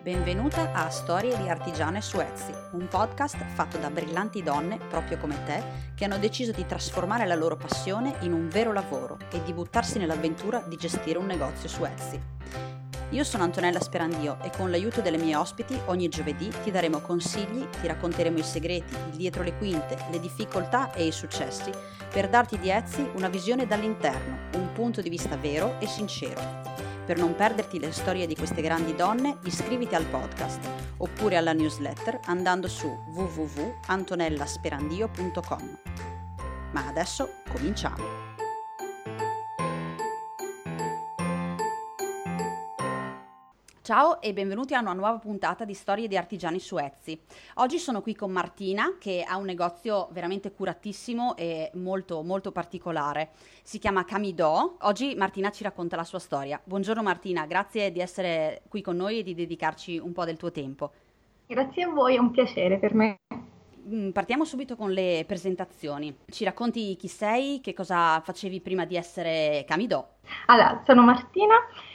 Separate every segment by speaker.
Speaker 1: Benvenuta a Storie di artigiane su Etsy, un podcast fatto da brillanti donne, proprio come te, che hanno deciso di trasformare la loro passione in un vero lavoro e di buttarsi nell'avventura di gestire un negozio su Etsy. Io sono Antonella Sperandio e con l'aiuto delle mie ospiti ogni giovedì ti daremo consigli, ti racconteremo i segreti, il dietro le quinte, le difficoltà e i successi per darti di Etsy una visione dall'interno, un punto di vista vero e sincero. Per non perderti le storie di queste grandi donne, iscriviti al podcast oppure alla newsletter andando su www.antonellasperandio.com. Ma adesso cominciamo! Ciao e benvenuti a una nuova puntata di Storie di artigiani su Etsy. Oggi sono qui con Martina che ha un negozio veramente curatissimo e molto molto particolare. Si chiama Camidò. Oggi Martina ci racconta la sua storia. Buongiorno Martina, grazie di essere qui con noi e di dedicarci un po' del tuo tempo.
Speaker 2: Grazie a voi, è un piacere per me.
Speaker 1: Partiamo subito con le presentazioni. Ci racconti chi sei, che cosa facevi prima di essere Camidò?
Speaker 2: Allora, sono Martina.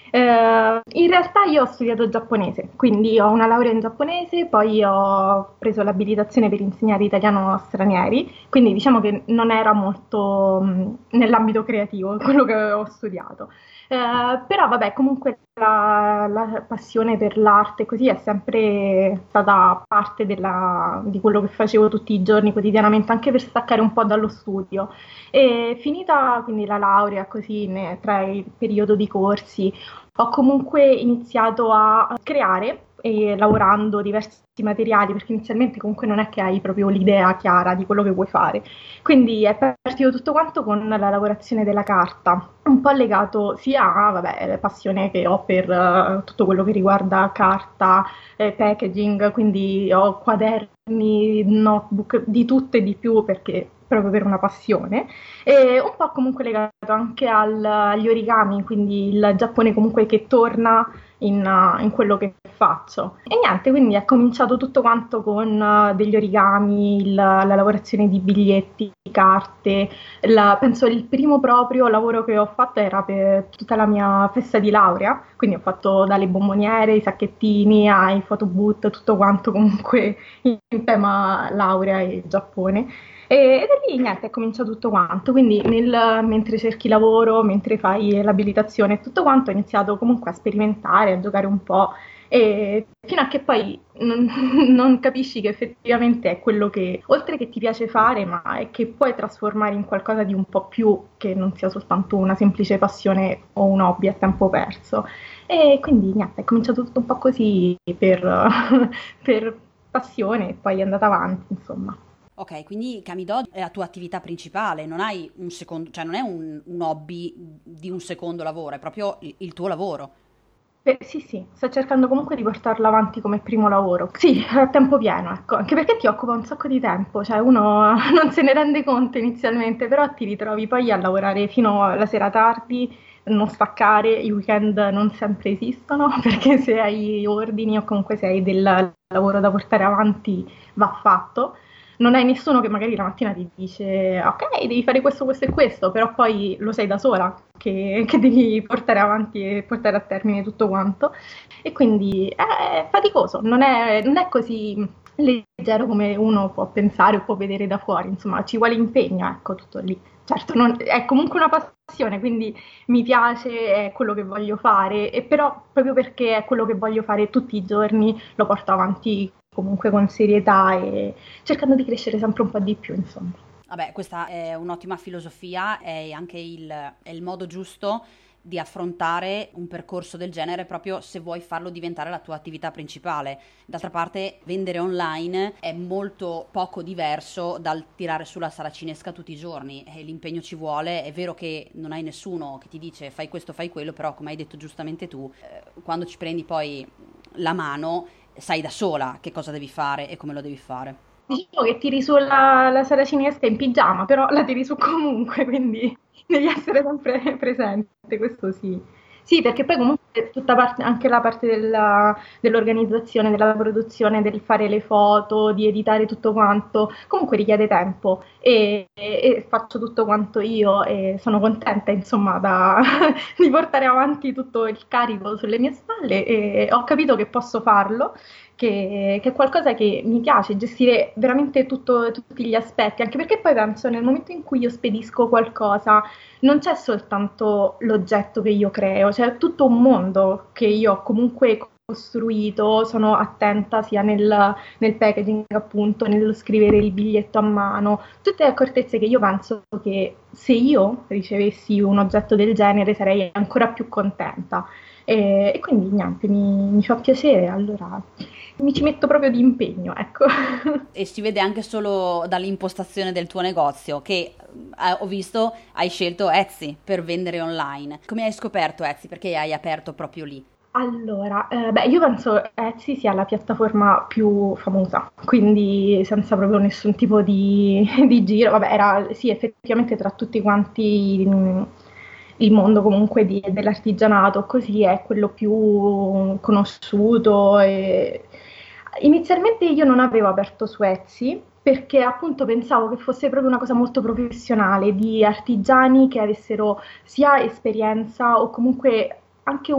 Speaker 2: In realtà io ho studiato giapponese, quindi ho una laurea in giapponese, poi ho preso l'abilitazione per insegnare italiano a stranieri, quindi diciamo che non era molto nell'ambito creativo quello che ho studiato. Però vabbè, comunque la passione per l'arte così è sempre stata parte di quello che facevo tutti i giorni, quotidianamente, anche per staccare un po' dallo studio. E finita quindi la laurea così tra il periodo di corsi, ho comunque iniziato a creare lavorando diversi materiali, perché inizialmente comunque non è che hai proprio l'idea chiara di quello che vuoi fare. Quindi è partito tutto quanto con la lavorazione della carta, un po' legato sia a la passione che ho per tutto quello che riguarda carta, packaging, quindi ho quaderni, notebook, di tutto e di più perché proprio per una passione, e un po' comunque legato anche agli origami, quindi il Giappone comunque che torna in quello che faccio. E niente, quindi è cominciato tutto quanto con degli origami, la lavorazione di biglietti, carte. Penso il primo proprio lavoro che ho fatto era per tutta la mia festa di laurea, quindi ho fatto dalle bomboniere, i sacchettini, ai photoboot, tutto quanto comunque in tema laurea e Giappone. E da lì niente, è cominciato tutto quanto, quindi mentre cerchi lavoro, mentre fai l'abilitazione e tutto quanto, ho iniziato comunque a sperimentare, a giocare un po', e fino a che poi non capisci che effettivamente è quello che, oltre che ti piace fare, ma è che puoi trasformare in qualcosa di un po' più, che non sia soltanto una semplice passione o un hobby a tempo perso. E quindi niente, è cominciato tutto un po' così per passione e poi è andata avanti, insomma.
Speaker 1: Ok, quindi Camidò è la tua attività principale, non hai un secondo, cioè non è un hobby di un secondo lavoro, è proprio il tuo lavoro.
Speaker 2: Sì, sto cercando comunque di portarlo avanti come primo lavoro. Sì, a tempo pieno, ecco, anche perché ti occupa un sacco di tempo, cioè uno non se ne rende conto inizialmente, però ti ritrovi poi a lavorare fino alla sera tardi, non staccare, i weekend non sempre esistono, perché se hai ordini o comunque se hai del lavoro da portare avanti va fatto. Non hai nessuno che magari la mattina ti dice ok, devi fare questo, questo e questo, però poi lo sai da sola che devi portare avanti e portare a termine tutto quanto. E quindi è faticoso, non è così leggero come uno può pensare o può vedere da fuori, insomma, ci vuole impegno, ecco, tutto lì. Certo, è comunque una passione, quindi mi piace, è quello che voglio fare, e però proprio perché è quello che voglio fare tutti i giorni lo porto avanti comunque con serietà e cercando di crescere sempre un po' di più, insomma.
Speaker 1: Vabbè, questa è un'ottima filosofia, è anche è il modo giusto di affrontare un percorso del genere proprio se vuoi farlo diventare la tua attività principale. D'altra parte, vendere online è molto poco diverso dal tirare su la saracinesca tutti i giorni e l'impegno ci vuole. È vero che non hai nessuno che ti dice fai questo, fai quello, però come hai detto giustamente tu, quando ci prendi poi la mano sai da sola che cosa devi fare e come lo devi fare.
Speaker 2: Diciamo che tiri su la saracinesca in pigiama, però la tiri su comunque, quindi devi essere sempre presente, questo sì. Sì, perché poi comunque anche la parte dell'organizzazione, della produzione, del fare le foto, di editare tutto quanto, comunque richiede tempo e faccio tutto quanto io e sono contenta, insomma, di portare avanti tutto il carico sulle mie spalle e ho capito che posso farlo. Che è qualcosa che mi piace, gestire veramente tutti gli aspetti, anche perché poi penso nel momento in cui io spedisco qualcosa non c'è soltanto l'oggetto che io creo, c'è tutto un mondo che io ho comunque costruito, sono attenta sia nel packaging appunto, nello scrivere il biglietto a mano, tutte accortezze che io penso che se io ricevessi un oggetto del genere sarei ancora più contenta. E quindi niente, mi fa piacere, allora mi ci metto proprio di impegno, ecco.
Speaker 1: E si vede anche solo dall'impostazione del tuo negozio che ho visto hai scelto Etsy per vendere online. Come hai scoperto Etsy? Perché hai aperto proprio lì?
Speaker 2: Allora, beh, io penso Etsy sia la piattaforma più famosa, quindi senza proprio nessun tipo di giro. Vabbè, era sì, effettivamente tra tutti quanti il mondo comunque dell'artigianato, così è quello più conosciuto. Inizialmente io non avevo aperto su Etsy perché appunto pensavo che fosse proprio una cosa molto professionale di artigiani che avessero sia esperienza o comunque anche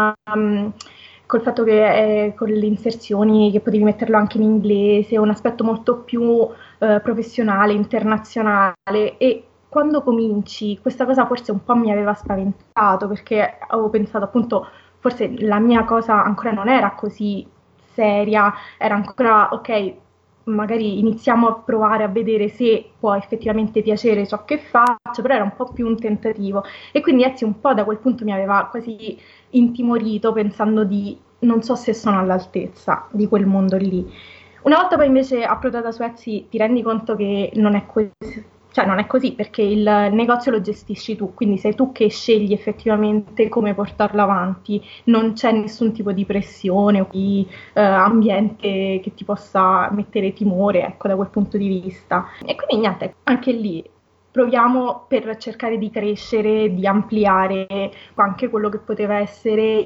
Speaker 2: col fatto che con le inserzioni che potevi metterlo anche in inglese, un aspetto molto più professionale, internazionale e quando cominci questa cosa forse un po' mi aveva spaventato perché avevo pensato appunto forse la mia cosa ancora non era così seria, era ancora ok, magari iniziamo a provare a vedere se può effettivamente piacere ciò che faccio, però era un po' più un tentativo e quindi Etsy un po' da quel punto mi aveva quasi intimorito pensando di non so se sono all'altezza di quel mondo lì. Una volta poi invece approdata su Etsy ti rendi conto che non è così, cioè non è così perché il negozio lo gestisci tu, quindi sei tu che scegli effettivamente come portarlo avanti, non c'è nessun tipo di pressione o di ambiente che ti possa mettere timore, ecco, da quel punto di vista. E quindi niente, anche lì proviamo per cercare di crescere, di ampliare anche quello che poteva essere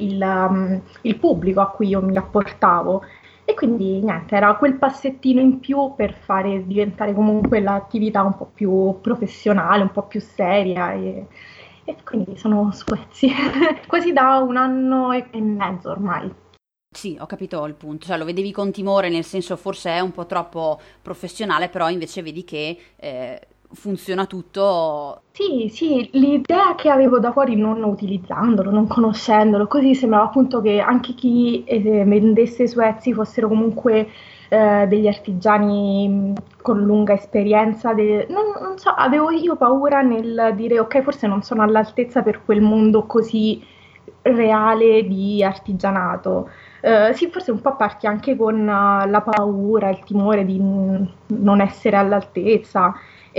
Speaker 2: il pubblico a cui io mi rapportavo. E quindi niente, era quel passettino in più per fare diventare comunque l'attività un po' più professionale, un po' più seria e quindi sono su Etsy quasi da 1 anno e mezzo ormai.
Speaker 1: Sì, ho capito il punto, cioè lo vedevi con timore, nel senso forse è un po' troppo professionale, però invece vedi che funziona tutto.
Speaker 2: Sì, sì, l'idea che avevo da fuori non utilizzandolo, non conoscendolo, così sembrava appunto che anche chi vendesse su Etsy fossero comunque degli artigiani con lunga esperienza. Non so, avevo io paura nel dire ok, forse non sono all'altezza per quel mondo così reale di artigianato. Sì, forse un po' parti anche con la paura, il timore di non essere all'altezza.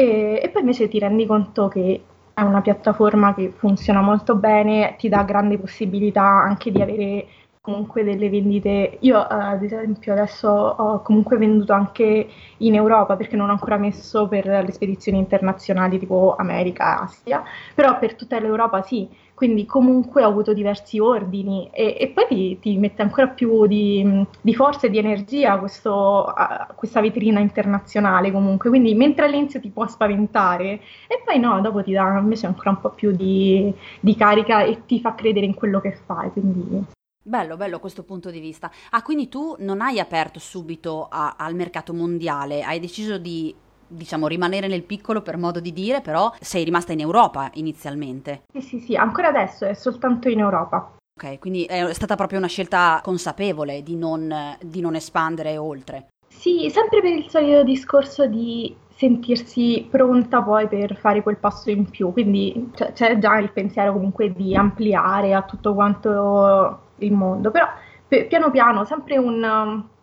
Speaker 2: E poi invece ti rendi conto che è una piattaforma che funziona molto bene, ti dà grandi possibilità anche di avere comunque delle vendite. Io ad esempio adesso ho comunque venduto anche in Europa perché non ho ancora messo per le spedizioni internazionali tipo America, Asia, però per tutta l'Europa sì, quindi comunque ho avuto diversi ordini e poi ti mette ancora più di forza e di energia questa vetrina internazionale comunque, quindi mentre all'inizio ti può spaventare e poi no, dopo ti dà invece ancora un po' più di carica e ti fa credere in quello che fai, quindi.
Speaker 1: Bello, bello questo punto di vista. Ah, quindi tu non hai aperto subito al mercato mondiale, hai deciso di, diciamo, rimanere nel piccolo per modo di dire, però sei rimasta in Europa inizialmente.
Speaker 2: Sì, sì, sì, ancora adesso è soltanto in Europa.
Speaker 1: Ok, quindi è stata proprio una scelta consapevole di non espandere oltre.
Speaker 2: Sì, sempre per il solito discorso di sentirsi pronta poi per fare quel passo in più, quindi c'è già il pensiero comunque di ampliare a tutto quanto il mondo, però piano piano sempre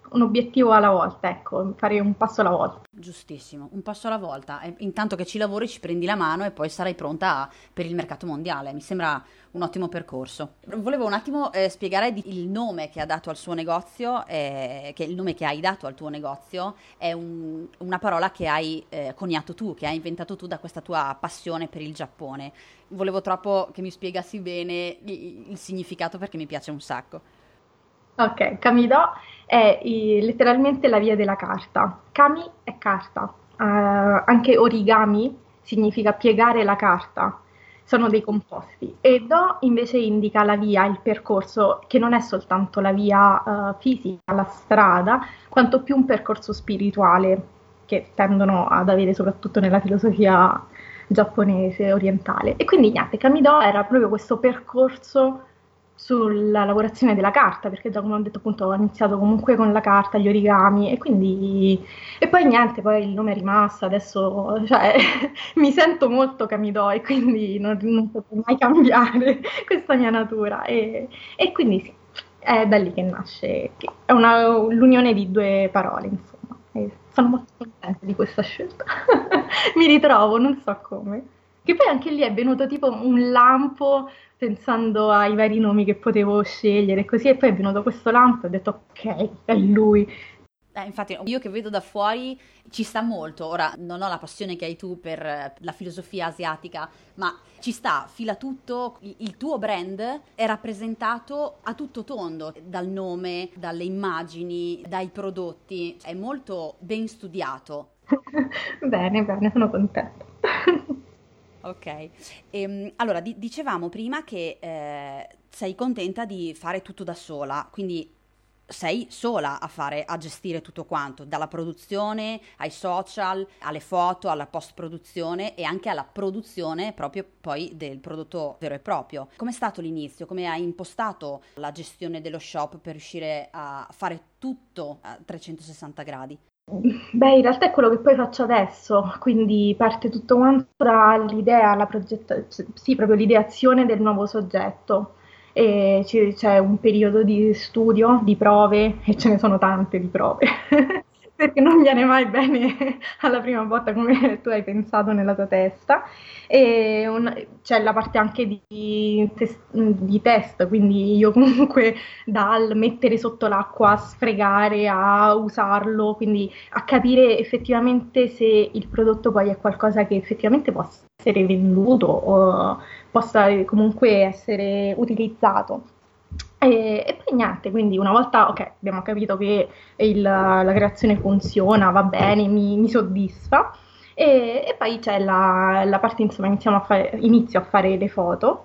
Speaker 2: un obiettivo alla volta, ecco, fare un passo alla volta.
Speaker 1: Giustissimo, un passo alla volta. E intanto che ci lavori ci prendi la mano e poi sarai pronta per il mercato mondiale. Mi sembra un ottimo percorso. Volevo un attimo spiegare il nome che ha dato al suo negozio, che il nome che hai dato al tuo negozio è una parola che hai coniato tu, che hai inventato tu da questa tua passione per il Giappone. Volevo troppo che mi spiegassi bene il significato perché mi piace un sacco.
Speaker 2: Ok, Kamido è letteralmente la via della carta. Kami è carta. Anche origami significa piegare la carta. Sono dei composti. E Do invece indica la via, il percorso, che non è soltanto la via fisica, la strada, quanto più un percorso spirituale che tendono ad avere soprattutto nella filosofia giapponese orientale. E quindi niente, Kamido era proprio questo percorso sulla lavorazione della carta, perché già come ho detto appunto ho iniziato comunque con la carta, gli origami e quindi e poi niente, poi il nome è rimasto, adesso cioè, mi sento molto Kamido e quindi non potrei mai cambiare questa mia natura e quindi sì, è da lì che nasce, che è l'unione di due parole insomma, e sono molto contenta di questa scelta, mi ritrovo, non so come. Che poi anche lì è venuto tipo un lampo pensando ai vari nomi che potevo scegliere, così, e poi è venuto questo lampo e ho detto ok, è lui.
Speaker 1: Infatti, io che vedo da fuori ci sta molto. Ora, non ho la passione che hai tu per la filosofia asiatica, ma ci sta, fila tutto. Il tuo brand è rappresentato a tutto tondo, dal nome, dalle immagini, dai prodotti. È molto ben studiato.
Speaker 2: Bene, bene, sono contenta.
Speaker 1: Ok, allora dicevamo prima che sei contenta di fare tutto da sola, quindi sei sola a gestire tutto quanto, dalla produzione ai social, alle foto, alla post-produzione e anche alla produzione proprio poi del prodotto vero e proprio. Com'è stato l'inizio? Come hai impostato la gestione dello shop per riuscire a fare tutto a 360 gradi?
Speaker 2: Beh, in realtà è quello che poi faccio adesso, quindi parte tutto quanto dall'idea, sì, proprio l'ideazione del nuovo soggetto. E c'è un periodo di studio, di prove, e ce ne sono tante di prove, perché non viene mai bene alla prima volta come tu hai pensato nella tua testa. C'è la parte anche di test, quindi io comunque dal mettere sotto l'acqua, a sfregare, a usarlo, quindi a capire effettivamente se il prodotto poi è qualcosa che effettivamente possa essere venduto o possa comunque essere utilizzato. E poi niente, quindi una volta ok, abbiamo capito che la creazione funziona, va bene, mi soddisfa. E poi c'è la parte, insomma, inizio a fare le foto,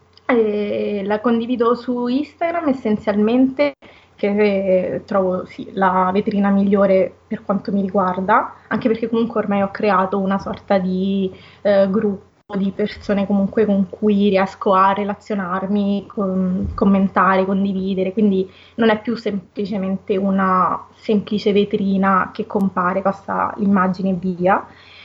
Speaker 2: e la condivido su Instagram essenzialmente, che trovo sì, la vetrina migliore per quanto mi riguarda, anche perché comunque ormai ho creato una sorta di gruppo di persone comunque con cui riesco a relazionarmi, commentare, condividere, quindi non è più semplicemente una semplice vetrina che compare, passa l'immagine e via.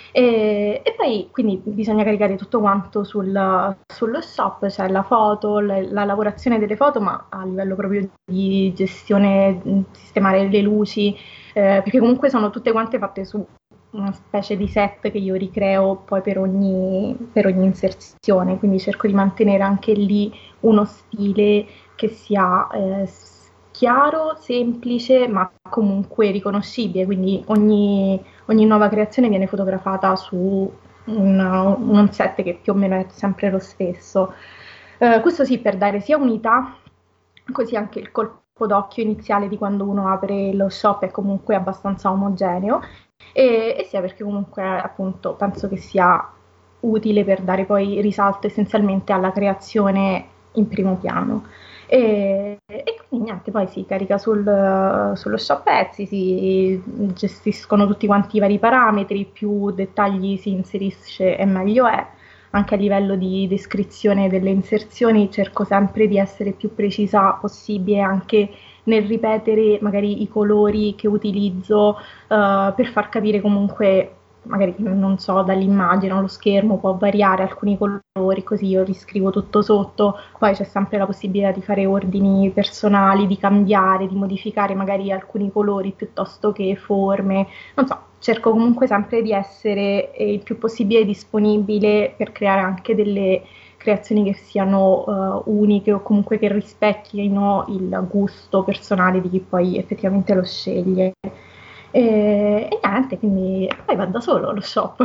Speaker 2: E poi quindi bisogna caricare tutto quanto sullo shop, c'è la foto, la lavorazione delle foto, ma a livello proprio di gestione, sistemare le luci, perché comunque sono tutte quante fatte su una specie di set che io ricreo poi per ogni inserzione, quindi cerco di mantenere anche lì uno stile che sia chiaro, semplice, ma comunque riconoscibile, quindi ogni nuova creazione viene fotografata su un set che più o meno è sempre lo stesso. Questo sì, per dare sia unità, così anche il colpo d'occhio iniziale di quando uno apre lo shop è comunque abbastanza omogeneo e sia perché comunque appunto penso che sia utile per dare poi risalto essenzialmente alla creazione in primo piano. E quindi niente, poi si carica sullo shop Etsy, si gestiscono tutti quanti i vari parametri, più dettagli si inserisce e meglio è. Anche a livello di descrizione delle inserzioni cerco sempre di essere più precisa possibile anche nel ripetere magari i colori che utilizzo per far capire comunque magari non so, dall'immagine allo schermo può variare alcuni colori, così io riscrivo tutto sotto, poi c'è sempre la possibilità di fare ordini personali, di cambiare, di modificare magari alcuni colori piuttosto che forme, non so, cerco comunque sempre di essere il più possibile disponibile per creare anche delle creazioni che siano uniche o comunque che rispecchino il gusto personale di chi poi effettivamente lo sceglie. E niente, quindi poi va da solo lo shop.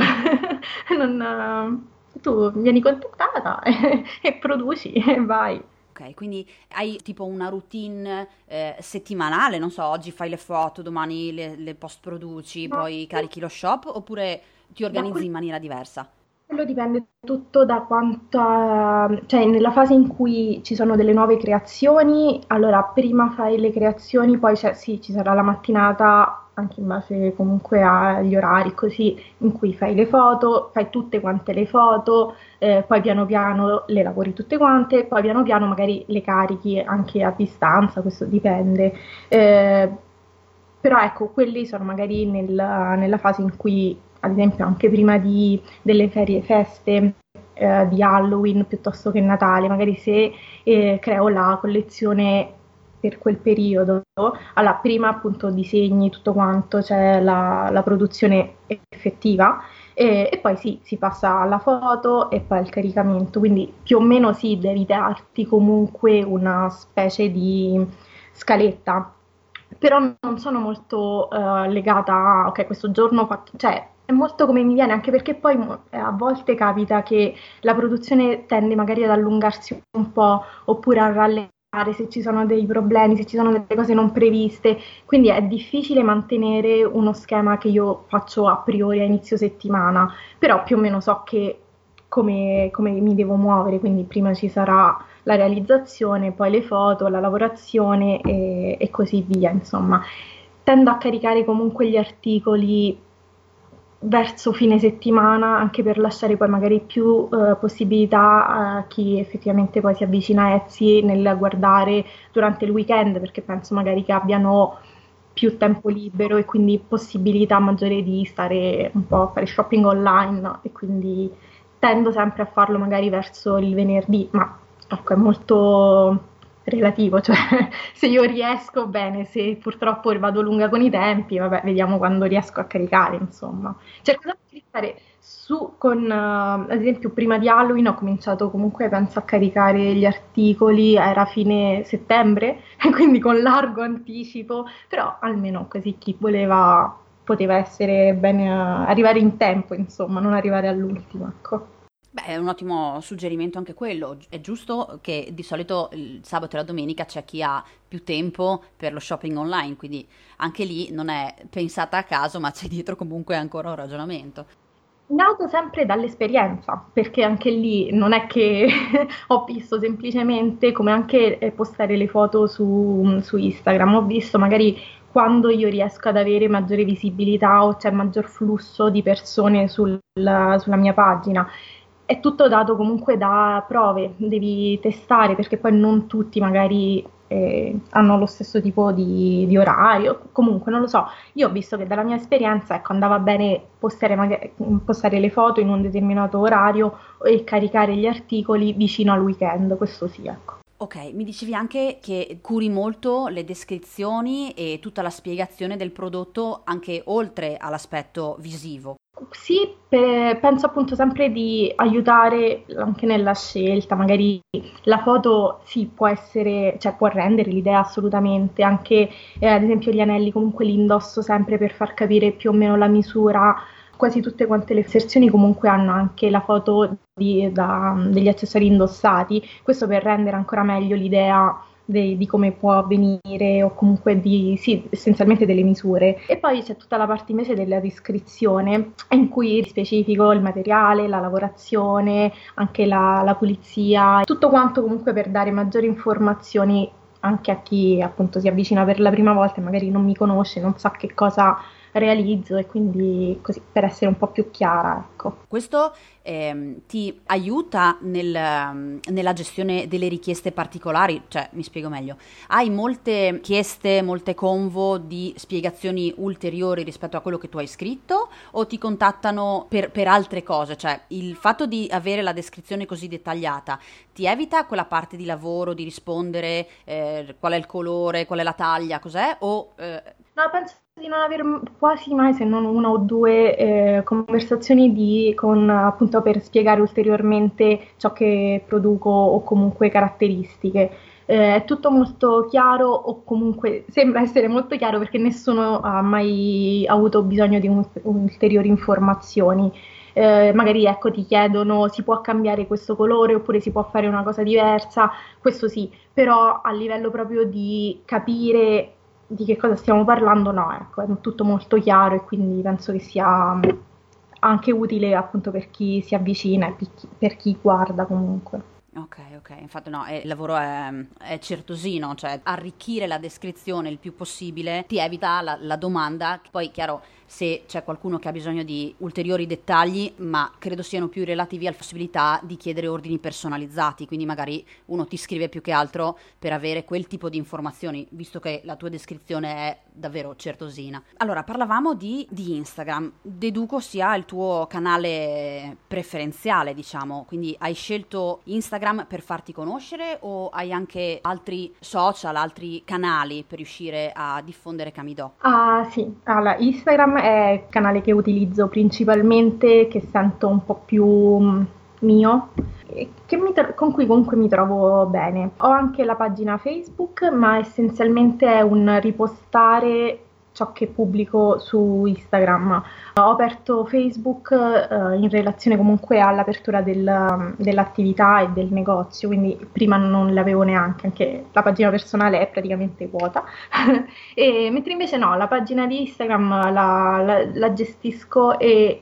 Speaker 2: Tu vieni contattata e produci e vai.
Speaker 1: Ok, quindi hai tipo una routine settimanale, non so, oggi fai le foto, domani le post produci,
Speaker 2: Ma
Speaker 1: poi carichi lo shop, oppure ti
Speaker 2: da
Speaker 1: organizzi
Speaker 2: quel
Speaker 1: in maniera diversa?
Speaker 2: Quello dipende tutto da quanta, cioè nella fase in cui ci sono delle nuove creazioni, allora prima fai le creazioni, poi sì, ci sarà la mattinata, anche in base comunque agli orari, così, in cui fai le foto, fai tutte quante le foto, poi piano piano le lavori tutte quante, poi piano piano magari le carichi anche a distanza, questo dipende. Eh, Però ecco, quelli sono magari nella fase in cui, ad esempio, anche prima delle ferie feste di Halloween piuttosto che Natale, magari se creo la collezione per quel periodo, allora prima appunto disegni tutto quanto, c'è la produzione effettiva e poi sì, si passa alla foto e poi al caricamento, quindi più o meno sì, devi darti comunque una specie di scaletta, però non sono molto legata a, ok, questo giorno cioè è molto come mi viene, anche perché poi a volte capita che la produzione tende magari ad allungarsi un po' oppure a rallentare se ci sono dei problemi, se ci sono delle cose non previste, quindi è difficile mantenere uno schema che io faccio a priori a inizio settimana, però più o meno so che come mi devo muovere, quindi prima ci sarà la realizzazione, poi le foto, la lavorazione e così via, insomma. Tendo a caricare comunque gli articoli verso fine settimana, anche per lasciare poi magari più possibilità a chi effettivamente poi si avvicina a Etsy nel guardare durante il weekend, perché penso magari che abbiano più tempo libero e quindi possibilità maggiore di stare un po' a fare shopping online e quindi tendo sempre a farlo magari verso il venerdì, ma ecco, è molto relativo, cioè se io riesco bene, se purtroppo vado lunga con i tempi, vabbè, vediamo quando riesco a caricare, insomma. Cerco sempre di stare su con, ad esempio, prima di Halloween ho cominciato comunque, penso, a caricare gli articoli, era fine settembre, e quindi con largo anticipo, però almeno così chi voleva poteva essere bene, arrivare in tempo, insomma, non arrivare all'ultimo, ecco.
Speaker 1: Beh, è un ottimo suggerimento anche quello. È giusto che di solito il sabato e la domenica c'è chi ha più tempo per lo shopping online, quindi anche lì non è pensata a caso, ma c'è dietro comunque ancora un ragionamento.
Speaker 2: Nato sempre dall'esperienza, perché anche lì non è che ho visto semplicemente come anche postare le foto su Instagram, ho visto magari quando io riesco ad avere maggiore visibilità o c'è maggior flusso di persone sulla mia pagina. È tutto dato comunque da prove, devi testare perché poi non tutti magari hanno lo stesso tipo di orario, comunque non lo so. Io ho visto che dalla mia esperienza, ecco, andava bene postare le foto in un determinato orario e caricare gli articoli vicino al weekend, questo sì, ecco.
Speaker 1: Ok, mi dicevi anche che curi molto le descrizioni e tutta la spiegazione del prodotto anche oltre all'aspetto visivo.
Speaker 2: Sì, penso appunto sempre di aiutare anche nella scelta, magari la foto sì può essere, cioè può rendere l'idea assolutamente, anche ad esempio gli anelli comunque li indosso sempre per far capire più o meno la misura, quasi tutte quante le sezioni comunque hanno anche la foto degli accessori indossati, questo per rendere ancora meglio l'idea di come può avvenire o comunque sì, essenzialmente delle misure. E poi c'è tutta la parte invece della descrizione in cui specifico il materiale, la lavorazione, anche la pulizia, tutto quanto comunque per dare maggiori informazioni anche a chi appunto si avvicina per la prima volta e magari non mi conosce, non sa che cosa realizzo, e quindi così per essere un po' più chiara, ecco.
Speaker 1: Questo ti aiuta nella gestione delle richieste particolari? Cioè, mi spiego meglio. Hai molte richieste, molte convo di spiegazioni ulteriori rispetto a quello che tu hai scritto, o ti contattano per altre cose? Cioè, il fatto di avere la descrizione così dettagliata ti evita quella parte di lavoro di rispondere qual è il colore, qual è la taglia, cos'è?
Speaker 2: No, penso di non avere quasi mai, se non una o due, conversazioni appunto per spiegare ulteriormente ciò che produco o comunque caratteristiche. È tutto molto chiaro, o comunque sembra essere molto chiaro, perché nessuno ha mai avuto bisogno di ulteriori informazioni. Magari ecco, ti chiedono si può cambiare questo colore oppure si può fare una cosa diversa, questo sì, però a livello proprio di capire di che cosa stiamo parlando, no, ecco, è tutto molto chiaro, e quindi penso che sia anche utile appunto per chi si avvicina e per chi guarda comunque.
Speaker 1: Ok, infatti no, il lavoro è certosino, cioè arricchire la descrizione il più possibile ti evita la domanda. Poi chiaro, se c'è qualcuno che ha bisogno di ulteriori dettagli, ma credo siano più relativi alla possibilità di chiedere ordini personalizzati, quindi magari uno ti scrive più che altro per avere quel tipo di informazioni, visto che la tua descrizione è davvero certosina. Allora, parlavamo di Instagram, deduco sia il tuo canale preferenziale, diciamo, quindi hai scelto Instagram per farti conoscere, o hai anche altri social, altri canali per riuscire a diffondere Camidò?
Speaker 2: Ah sì, allora Instagram è il canale che utilizzo principalmente, che sento un po' più mio, e con cui comunque mi trovo bene. Ho anche la pagina Facebook, ma essenzialmente è un ripostare ciò che pubblico su Instagram. Ho aperto Facebook in relazione comunque all'apertura dell'attività e del negozio, quindi prima non l'avevo neanche, anche la pagina personale è praticamente vuota. Mentre invece no, la pagina di Instagram la gestisco, e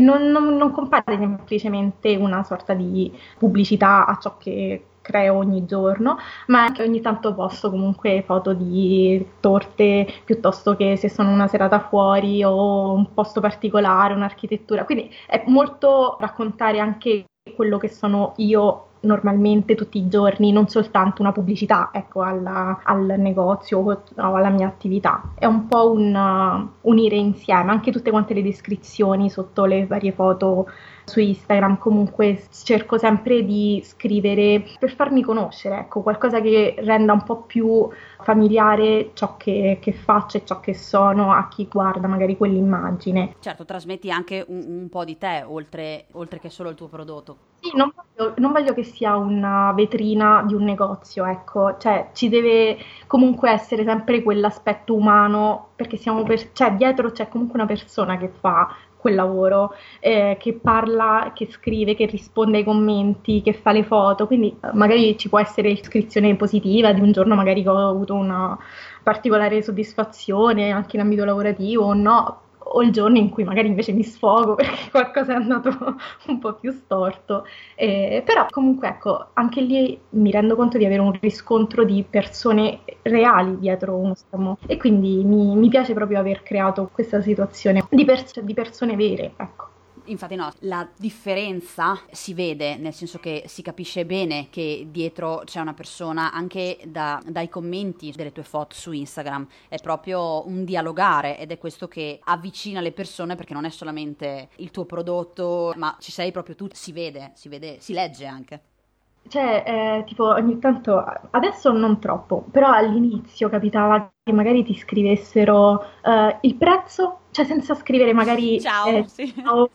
Speaker 2: non compare semplicemente una sorta di pubblicità a ciò che creo ogni giorno, ma anche ogni tanto posto comunque foto di torte, piuttosto che se sono una serata fuori o un posto particolare, un'architettura. Quindi è molto raccontare anche quello che sono io normalmente tutti i giorni, non soltanto una pubblicità, ecco, al negozio o alla mia attività. È un po' unire insieme anche tutte quante le descrizioni sotto le varie foto su Instagram. Comunque cerco sempre di scrivere per farmi conoscere, ecco, qualcosa che renda un po' più familiare ciò che faccio e ciò che sono a chi guarda magari quell'immagine.
Speaker 1: Certo, trasmetti anche un po' di te, oltre che solo il tuo prodotto.
Speaker 2: Sì, non voglio che sia una vetrina di un negozio, ecco, cioè ci deve comunque essere sempre quell'aspetto umano, perché cioè dietro c'è comunque una persona che fa quel lavoro, che parla, che scrive, che risponde ai commenti, che fa le foto, quindi magari ci può essere l'iscrizione positiva di un giorno magari che ho avuto una particolare soddisfazione anche in ambito lavorativo, o no, o il giorno in cui magari invece mi sfogo perché qualcosa è andato un po' più storto. Però comunque ecco, anche lì mi rendo conto di avere un riscontro di persone reali dietro uno schermo, e quindi mi piace proprio aver creato questa situazione di persone vere, ecco.
Speaker 1: Infatti no, la differenza si vede, nel senso che si capisce bene che dietro c'è una persona, anche dai commenti delle tue foto su Instagram. È proprio un dialogare, ed è questo che avvicina le persone, perché non è solamente il tuo prodotto, ma ci sei proprio tu, si vede, si legge anche.
Speaker 2: Cioè, tipo ogni tanto, adesso non troppo, però all'inizio capitava che magari ti scrivessero il prezzo, cioè senza scrivere magari
Speaker 1: Ciao, sì.
Speaker 2: ciao,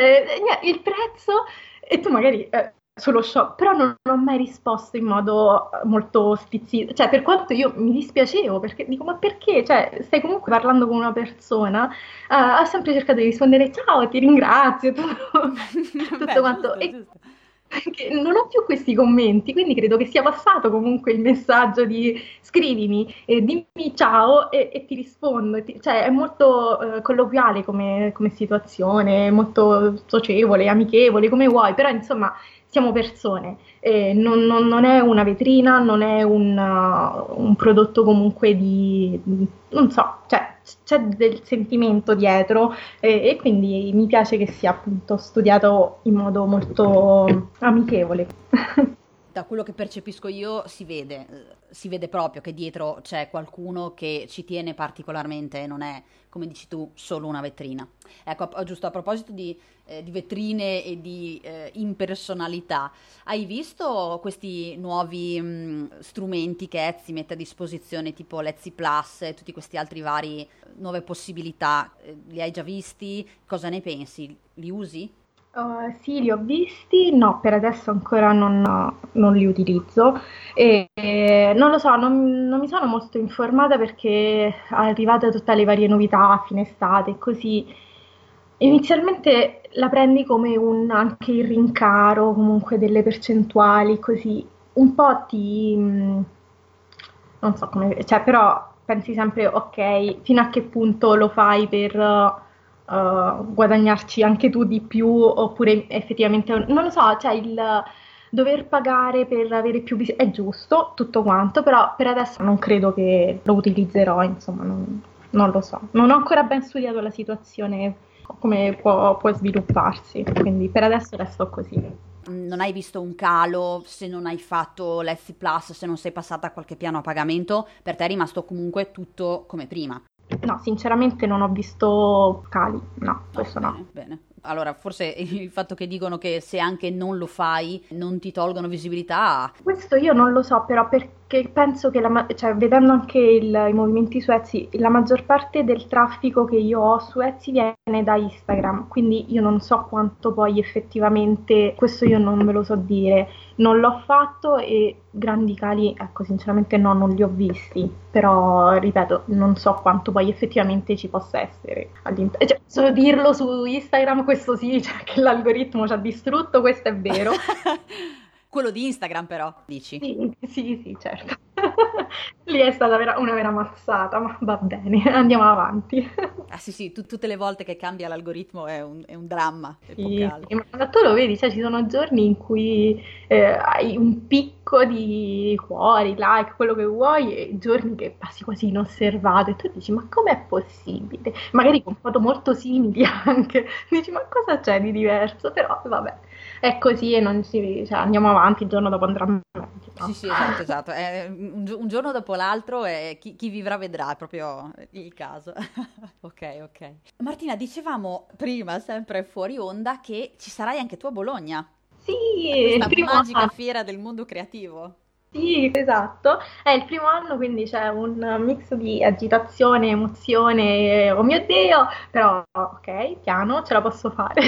Speaker 2: il prezzo, e tu magari sullo shop, però non ho mai risposto in modo molto stizzito, cioè per quanto io mi dispiacevo, perché dico ma perché? Cioè stai comunque parlando con una persona, ha sempre cercato di rispondere ciao, ti ringrazio, tutto
Speaker 1: Beh,
Speaker 2: quanto.
Speaker 1: giusto, giusto.
Speaker 2: Perché non ho più questi commenti, quindi credo che sia passato comunque il messaggio di scrivimi, dimmi ciao e ti rispondo. Cioè è molto colloquiale come situazione, molto socievole, amichevole, come vuoi, però insomma siamo persone, non è una vetrina, non è un prodotto comunque non so, cioè c'è del sentimento dietro e quindi mi piace che sia appunto studiato in modo molto amichevole.
Speaker 1: Da quello che percepisco io si vede proprio che dietro c'è qualcuno che ci tiene particolarmente, non è, come dici tu, solo una vetrina. Ecco, giusto a proposito di vetrine e di impersonalità, hai visto questi nuovi strumenti che Etsy mette a disposizione, tipo l'Etsy Plus e tutti questi altri vari nuove possibilità? Li hai già visti? Cosa ne pensi? Li usi?
Speaker 2: Sì, li ho visti, no, per adesso ancora non li utilizzo e non lo so, non mi sono molto informata perché è arrivata tutte le varie novità a fine estate e così inizialmente la prendi come anche il rincaro, comunque delle percentuali, così un po' non so come, cioè però pensi sempre, ok, fino a che punto lo fai per guadagnarci anche tu di più, oppure effettivamente, non lo so, cioè il dover pagare per avere più visibilità è giusto, tutto quanto, però per adesso non credo che lo utilizzerò, insomma, non lo so. Non ho ancora ben studiato la situazione, come può svilupparsi, quindi per adesso resto così.
Speaker 1: Non hai visto un calo se non hai fatto l'Etsy Plus, se non sei passata a qualche piano a pagamento, per te è rimasto comunque tutto come prima.
Speaker 2: No, sinceramente non ho visto cali, no,
Speaker 1: No,
Speaker 2: questo no.
Speaker 1: bene, bene. Allora, forse il fatto che dicono che se anche non lo fai non ti tolgono visibilità.
Speaker 2: Questo io non lo so però perché penso che, cioè, vedendo anche i movimenti su Etsy, la maggior parte del traffico che io ho su Etsy viene da Instagram, quindi io non so quanto poi effettivamente, questo io non ve lo so dire, non l'ho fatto e grandi cali, ecco, sinceramente no, non li ho visti, però ripeto, non so quanto poi effettivamente ci possa essere all'interno. Cioè, solo dirlo su Instagram, questo sì, cioè che l'algoritmo ci ha distrutto, questo è vero.
Speaker 1: Quello di Instagram però, dici.
Speaker 2: Sì, sì, sì, certo. Lì è stata una vera mazzata, ma va bene, andiamo avanti.
Speaker 1: Ah sì sì, tutte le volte che cambia l'algoritmo è un dramma
Speaker 2: Sì,
Speaker 1: epocale.
Speaker 2: sì, ma tu lo vedi, cioè ci sono giorni in cui hai un picco di cuori, like, quello che vuoi, e giorni che passi quasi inosservato e tu dici, ma com'è possibile? Magari con foto molto simili anche, dici, ma cosa c'è di diverso? Però vabbè, è così e non si, cioè, andiamo avanti, il giorno dopo andrà meglio.
Speaker 1: Sì,
Speaker 2: No?
Speaker 1: sì, esatto, esatto. È un giorno dopo l'altro e chi vivrà vedrà, è proprio il caso. Ok, ok. Martina, dicevamo prima, sempre fuori onda, che ci sarai anche tu a Bologna,
Speaker 2: Sì,
Speaker 1: a
Speaker 2: il
Speaker 1: questa
Speaker 2: primo
Speaker 1: magica
Speaker 2: anno.
Speaker 1: fiera del mondo creativo.
Speaker 2: Sì, esatto. È il primo anno, quindi c'è un mix di agitazione, emozione, oh mio Dio, però ok, piano, ce la posso fare.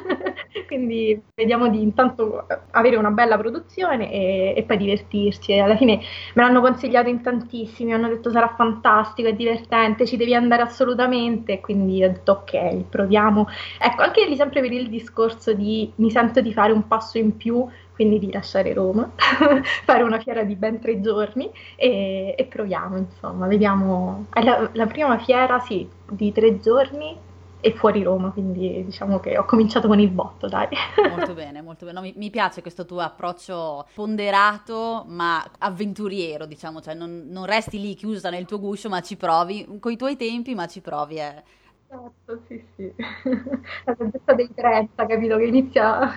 Speaker 2: Quindi vediamo di intanto avere una bella produzione e poi divertirci. E alla fine me l'hanno consigliato in tantissimi, hanno detto sarà fantastico, è divertente, ci devi andare assolutamente. E quindi ho detto ok, proviamo. Ecco, anche lì sempre per il discorso di mi sento di fare un passo in più, quindi di lasciare Roma, fare una fiera di ben 3 giorni e proviamo, insomma, vediamo. È la prima fiera, sì, di 3 giorni e fuori Roma, quindi diciamo che ho cominciato con il botto, dai.
Speaker 1: Molto bene, molto bene. No, mi piace questo tuo approccio ponderato ma avventuriero, diciamo, cioè non resti lì chiusa nel tuo guscio, ma ci provi, con i tuoi tempi, ma ci provi.
Speaker 2: Esatto, sì, sì. La saggezza dei 30, capito? Che inizia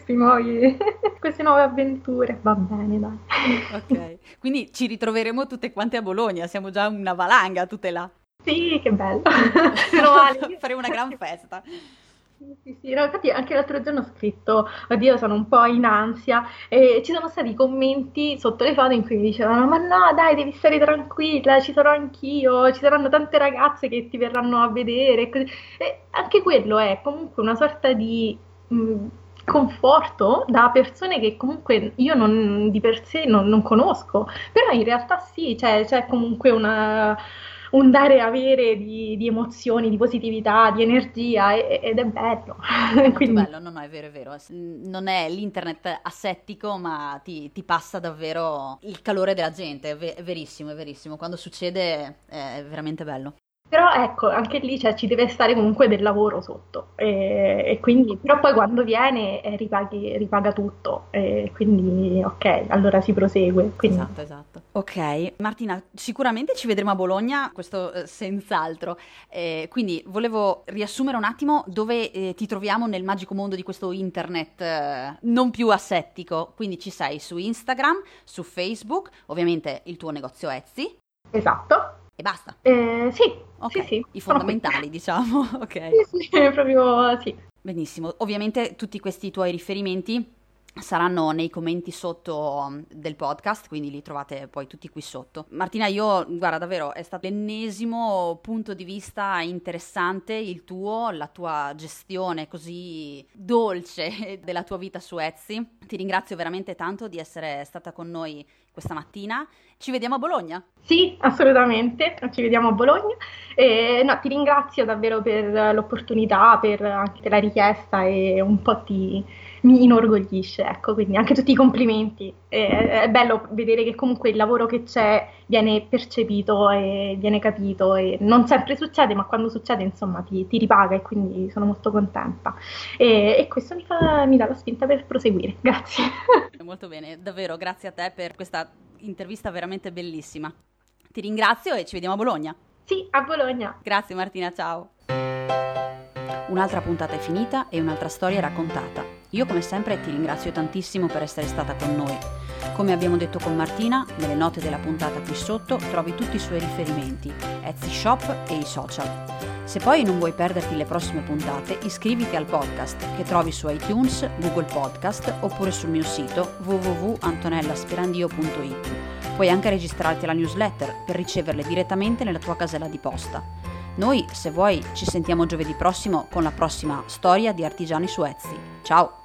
Speaker 2: queste nuove avventure. Va bene, dai.
Speaker 1: Ok, quindi ci ritroveremo tutte quante a Bologna, siamo già una valanga tutte là.
Speaker 2: Sì, che bello. Meno male.
Speaker 1: Faremo una gran festa.
Speaker 2: Sì, sì, sì. No, infatti anche l'altro giorno ho scritto, oddio, sono un po' in ansia e ci sono stati commenti sotto le foto in cui mi dicevano, ma no, dai, devi stare tranquilla, ci sarò anch'io, ci saranno tante ragazze che ti verranno a vedere. E e anche quello è comunque una sorta di mh, conforto da persone che comunque io di per sé non conosco, però in realtà sì, c'è comunque un dare e avere di emozioni, di positività, di energia ed è bello.
Speaker 1: È molto
Speaker 2: Quindi
Speaker 1: bello, no, no, è vero, è vero. Non è l'internet asettico, ma ti passa davvero il calore della gente, è verissimo, è verissimo. Quando succede è veramente bello.
Speaker 2: Però ecco, anche lì ci deve stare comunque del lavoro sotto, e quindi, però poi quando viene ripaga tutto, e quindi ok, allora si prosegue. Quindi.
Speaker 1: Esatto, esatto. Ok, Martina, sicuramente ci vedremo a Bologna, questo senz'altro. Quindi volevo riassumere un attimo dove ti troviamo nel magico mondo di questo internet non più asettico. Quindi ci sei su Instagram, su Facebook, ovviamente il tuo negozio Etsy
Speaker 2: Esatto.
Speaker 1: e basta.
Speaker 2: Sì,
Speaker 1: Ok,
Speaker 2: sì,
Speaker 1: i
Speaker 2: sono qui.
Speaker 1: fondamentali, diciamo. Ok.
Speaker 2: Sì, sì, proprio sì.
Speaker 1: Benissimo, ovviamente tutti questi tuoi riferimenti saranno nei commenti sotto del podcast, quindi li trovate poi tutti qui sotto. Martina, io, guarda, davvero è stato l'ennesimo punto di vista interessante il tuo, la tua gestione così dolce della tua vita su Etsy. Ti ringrazio veramente tanto di essere stata con noi questa mattina. Ci vediamo a Bologna.
Speaker 2: Sì, assolutamente, ci vediamo a Bologna. No, ti ringrazio davvero per l'opportunità, per anche la richiesta e un po' mi inorgoglisce, ecco, quindi anche tutti i complimenti. È bello vedere che comunque il lavoro che c'è viene percepito e viene capito e non sempre succede, ma quando succede, insomma, ti ripaga e quindi sono molto contenta. E questo mi dà la spinta per proseguire. Grazie.
Speaker 1: Molto bene, davvero, grazie a te per questa intervista veramente bellissima. Ti ringrazio e ci vediamo a Bologna.
Speaker 2: Sì, a Bologna.
Speaker 1: Grazie Martina, ciao. Un'altra puntata è finita e un'altra storia è raccontata. Io come sempre ti ringrazio tantissimo per essere stata con noi. Come abbiamo detto con Martina, nelle note della puntata qui sotto trovi tutti i suoi riferimenti, Etsy Shop e i social. Se poi non vuoi perderti le prossime puntate, iscriviti al podcast che trovi su iTunes, Google Podcast oppure sul mio sito www.antonellaspirandio.it. Puoi anche registrarti alla newsletter per riceverle direttamente nella tua casella di posta. Noi, se vuoi, ci sentiamo giovedì prossimo con la prossima storia di artigiani su Etsy. Ciao!